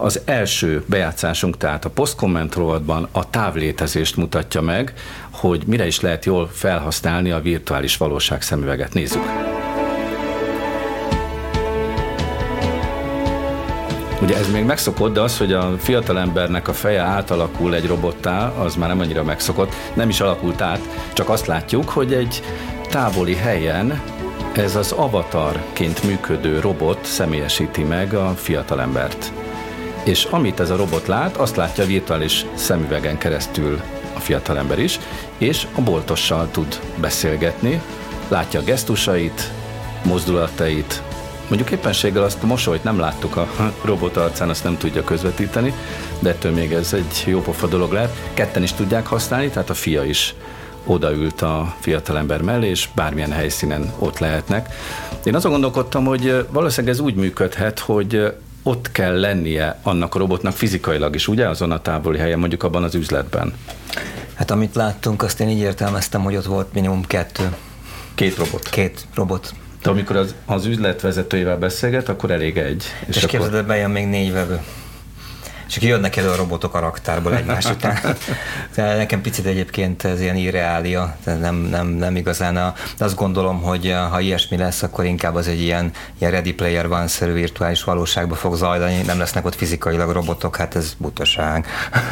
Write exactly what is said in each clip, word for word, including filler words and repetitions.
Az első bejátszásunk, tehát a posztkomment rovatban a távlétezést mutatja meg, hogy mire is lehet jól felhasználni a virtuális valóság szemüveget. Nézzük! Ugye ez még megszokott, de az, hogy a fiatalembernek a feje átalakul egy robottá, az már nem annyira megszokott. Nem is alakult át, csak azt látjuk, hogy egy távoli helyen ez az avatarként működő robot személyesíti meg a fiatalembert. És amit ez a robot lát, azt látja a virtuális szemüvegen keresztül a fiatalember is, és a boltossal tud beszélgetni, látja a gesztusait, mozdulatait. Mondjuk éppenséggel azt a mosolyt nem láttuk a robot arcán, azt nem tudja közvetíteni, de ettől még ez egy jópofa dolog lehet. Ketten is tudják használni, tehát a fia is odaült a fiatalember mellé, és bármilyen helyszínen ott lehetnek. Én azon gondolkodtam, hogy valószínűleg ez úgy működhet, hogy ott kell lennie annak a robotnak fizikailag is, ugye, azon a távoli helyen, mondjuk abban az üzletben. Hát amit láttunk, azt én így értelmeztem, hogy ott volt minimum kettő. Két robot? Két robot. De amikor az, az üzletvezetőjével beszélget, akkor elég egy. És, és képzeld, akkor... bejön még négy vevő. És akkor jönnek elő a robotok a raktárból egymás után. Tehát nekem picit egyébként ez ilyen irreália, nem, nem, nem igazán. A, de azt gondolom, hogy ha ilyesmi lesz, akkor inkább az egy ilyen, ilyen Ready Player One-szerű virtuális valóságba fog zajlani, nem lesznek ott fizikailag robotok, hát ez butaság.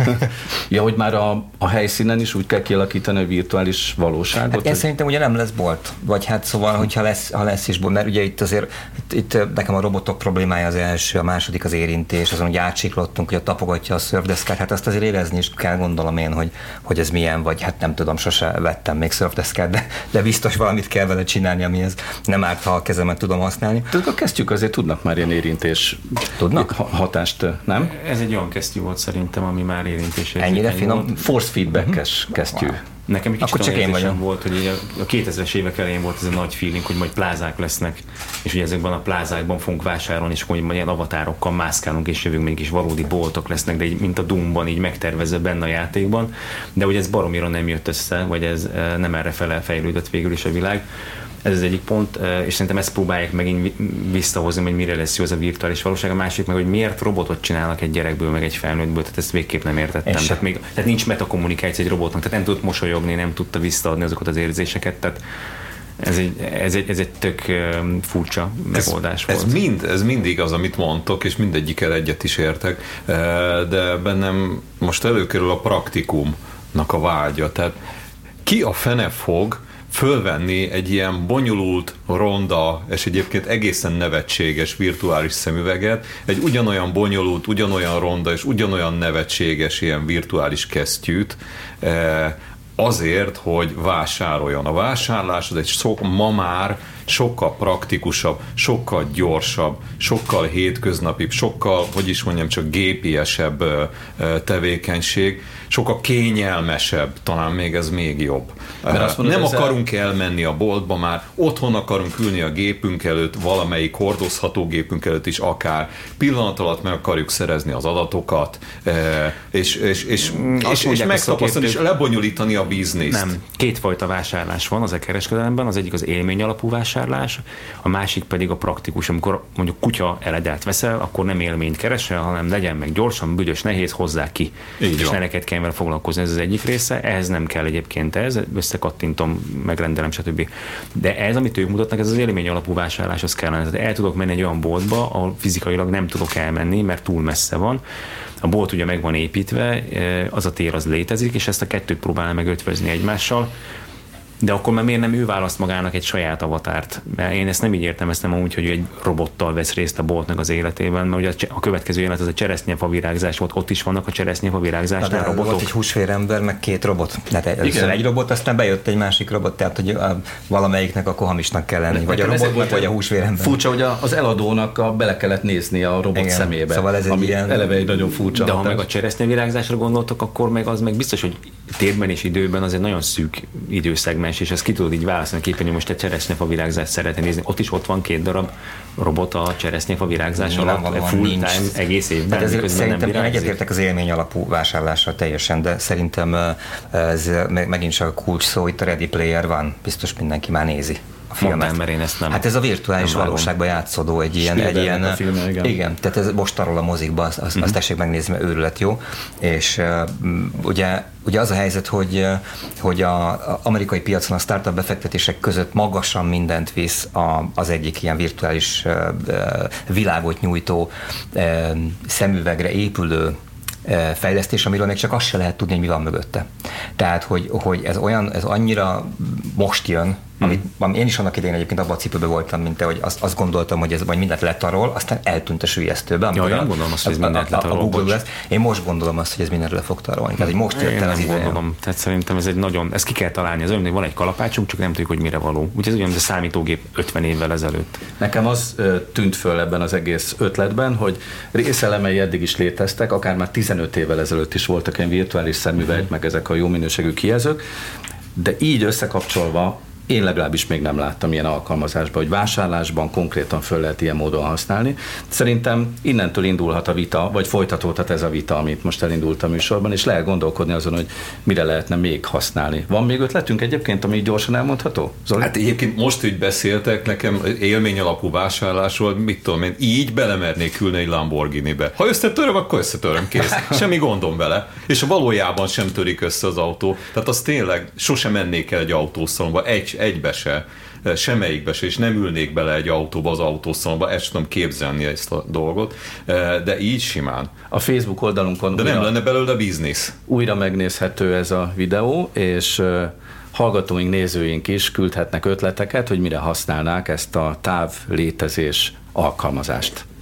Ja, hogy már a, a helyszínen is úgy kell kialakítani a virtuális valóságot? Hát én hogy... szerintem ugye nem lesz bolt. Vagy hát szóval, hogyha lesz, ha lesz is bolt, mert ugye itt azért, itt, itt nekem a robotok problémája az első, a második az érintés, azon, hogy átsiklottunk, hogy a tapogatja a surfdeszkát, hát azt azért érezni is kell, gondolom én, hogy, hogy ez milyen, vagy hát nem tudom, sose vettem még surfdeszkát, de, de biztos valamit kell vele csinálni, amihez nem árt, ha a kezemet tudom használni. Tehát a kesztyűk azért tudnak már ilyen érintés tudnak? hatást, nem? Ez egy olyan kesztyű volt szerintem, ami már érintés. Ennyire finom? Volt. Force feedback-es uh-huh. kesztyű. Wow. Nekem egy kicsit olyan érzésem volt, hogy a kétezres évek elején volt ez a nagy feeling, hogy majd plázák lesznek, és ugye ezekben a plázákban fogunk vásárolni, és akkor ilyen avatárokkal mászkálunk, és jövünk, még is valódi boltok lesznek, de így, mint a Doomban, így megtervezve benne a játékban. De ugye ez baromira nem jött össze, vagy ez nem erre fele fejlődött végül is a világ. Ez az egyik pont, és szerintem ezt próbálják megint visszahozni, hogy mire lesz jó az a virtuális valóság. A másik meg, hogy miért robotot csinálnak egy gyerekből, meg egy felnőttből, tehát ezt végképp nem értettem. Tehát, még, tehát nincs metakommunikáció egy robotnak, tehát nem tudott mosolyogni, nem tudta visszaadni azokat az érzéseket, tehát ez egy, ez egy, ez egy tök furcsa megoldás ez, volt. Ez mind, ez mindig az, amit mondtok, és mindegyikkel egyet is értek, de bennem most előkerül a praktikumnak a vágya, tehát ki a fene fog fölvenni egy ilyen bonyolult, ronda, és egyébként egészen nevetséges virtuális szemüveget, egy ugyanolyan bonyolult, ugyanolyan ronda, és ugyanolyan nevetséges ilyen virtuális kesztyűt, azért, hogy vásároljon. A vásárlás az egy szok, ma már sokkal praktikusabb, sokkal gyorsabb, sokkal hétköznapibb, sokkal, hogy is mondjam, csak gépiesebb tevékenység, sokkal kényelmesebb, talán még ez még jobb. Mondod, nem akarunk el... elmenni a boltba már, otthon akarunk ülni a gépünk előtt, valamelyik hordozható gépünk előtt is akár, pillanat alatt meg akarjuk szerezni az adatokat, és, és, és, és, és megtapasztalni, és lebonyolítani a bizniszt. Nem, kétfajta vásárlás van az e kereskedelemben, az egyik az élmény alapú vásárlás, a másik pedig a praktikus. Amikor mondjuk kutya eledelt veszel, akkor nem élményt keresel, hanem legyen meg gyorsan, büdös, nehéz, hozzá ki. Így és van. Ne neked kell vele foglalkozni, ez az egyik része, ehhez nem kell egyébként ez, összekattintom, megrendelem, stb. De ez, amit ők mutatnak, ez az élmény alapú vásárlás, az kellene. Tehát el tudok menni egy olyan boltba, ahol fizikailag nem tudok elmenni, mert túl messze van. A bolt ugye meg van építve, az a tér az létezik, és ezt a kettőt próbálná meg ötvözni egymással. De akkor már miért nem ő választ magának egy saját avatárt? Mert én ezt nem így értelmeztem amúgy, hogy egy robottal vesz részt a boltnak az életében, mert ugye a következő élet az a cseresznyefavirágzás volt, ott is vannak a cseresznyefavirágzásnál robotok. Volt egy húsvérember, meg két robot. Tehát először egy robot, aztán bejött egy másik robot, tehát hogy valamelyiknek a kohamisnak kell lenni, vagy a robotnak, vagy a húsvérember. Furcsa, hogy az eladónak a, bele kellett nézni a robot igen, szemébe. Szóval ez egy ilyen... eleve egy nagyon furcsa. De ha meg a cseresznyevirágzásra gondoltok, akkor meg az meg biztos, hogy térben és időben az egy nagyon szűk időszegmens, és ezt ki tudod így választani képen, hogy most egy cseresznyefa virágzást szeretné nézni. Ott is ott van két darab robot a cseresznyefa virágzás alatt, full nincs. time, egész évben. Hát ez szerintem én egyetértek az élmény alapú vásárlásra teljesen, de szerintem ez megint csak a kulcs szó, itt a Ready Player van, biztos mindenki már nézi. a filmet. Mondtál, mert én ezt nem. Hát ez a virtuális valóságban játszódó egy ilyen, egy ilyen a filmje, igen. igen, tehát ez most arról a mozikban, azt, azt, mm-hmm. azt tessék megnézni, mert őrület jó, és uh, ugye, ugye az a helyzet, hogy, hogy a, a amerikai piacon a startup befektetések között magasan mindent visz a, az egyik ilyen virtuális uh, világot nyújtó uh, szemüvegre épülő fejlesztés, amiről még csak azt se lehet tudni, hogy mi van mögötte. Tehát, hogy, hogy ez olyan, ez annyira most jön, amit, amit én is annak idején egyébként abban a cipőben voltam, mint te, hogy azt, azt gondoltam, hogy ez majd mindent letarol, aztán eltűnt a sülyeztőbe. Ja, én nem gondolom azt, hogy ez mindent letarol. A, a Google lesz. Én most gondolom azt, hogy ez mindent le fog tarolni. Tehát, hogy most jött el az ideje. Gondolom. Tehát szerintem ez egy nagyon, ezt ki kell találni. Ez olyan, hogy van egy kalapácsunk, csak nem tudjuk, hogy mire való. Úgyhogy ez olyan, mint a számítógép ötven évvel ezelőtt. Nekem az ö, tűnt föl ebben az egész ötletben, hogy részelemei eddig is léteztek, akár már tizenöt évvel ezelőtt is voltak ilyen virtuális szemüveg, mm. meg ezek a jó minőségű kijelzők, de így összekapcsolva én legalábbis még nem láttam ilyen alkalmazásban, hogy vásárlásban konkrétan föl lehet ilyen módon használni. Szerintem innentől indulhat a vita, vagy folytatódhat ez a vita, amit most elindult a műsorban, és lehet gondolkodni azon, hogy mire lehetne még használni. Van még ötletünk egyébként, ami gyorsan elmondható? Zoli? Hát egyébként most, hogy beszéltek, nekem élmény alapú vásárlásról, mit tudom én, így belemernék ülni egy Lamborghini-be. Ha összetöröm, akkor összetöröm, kész. Semmi gondom vele. És valójában sem törik össze az autó. Tehát az tényleg sosem mennék el egy autószalomba, egy egybe se, semmelyikbe se, és nem ülnék bele egy autóba az autószalomba, ezt tudom képzelni ezt a dolgot, de így simán. A Facebook oldalunkon de újra, nem lenne belőle biznisz. Újra megnézhető ez a videó, és hallgatóink, nézőink is küldhetnek ötleteket, hogy mire használnák ezt a távlétezés alkalmazást.